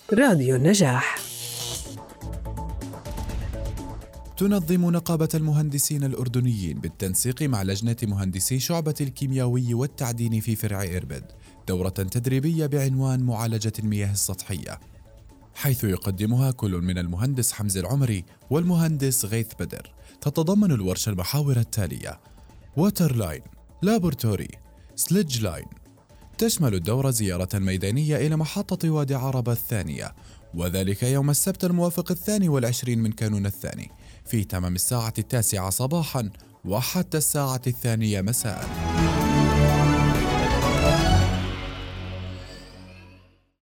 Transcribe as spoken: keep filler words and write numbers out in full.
راديو النجاح. تنظم نقابة المهندسين الأردنيين بالتنسيق مع لجنة مهندسي شعبة الكيميائي والتعدين في فرع إربد دورة تدريبية بعنوان معالجة المياه السطحية، حيث يقدمها كل من المهندس حمزة العمري والمهندس غيث بدر. تتضمن الورشة المحاور التالية: ووتر لاين، لابورتوري، سليدج لاين. تشمل الدورة زيارة ميدانية إلى محطة وادي عربة الثانية، وذلك يوم السبت الموافق الثاني والعشرين من كانون الثاني في تمام الساعة التاسعة صباحا وحتى الساعة الثانية مساء.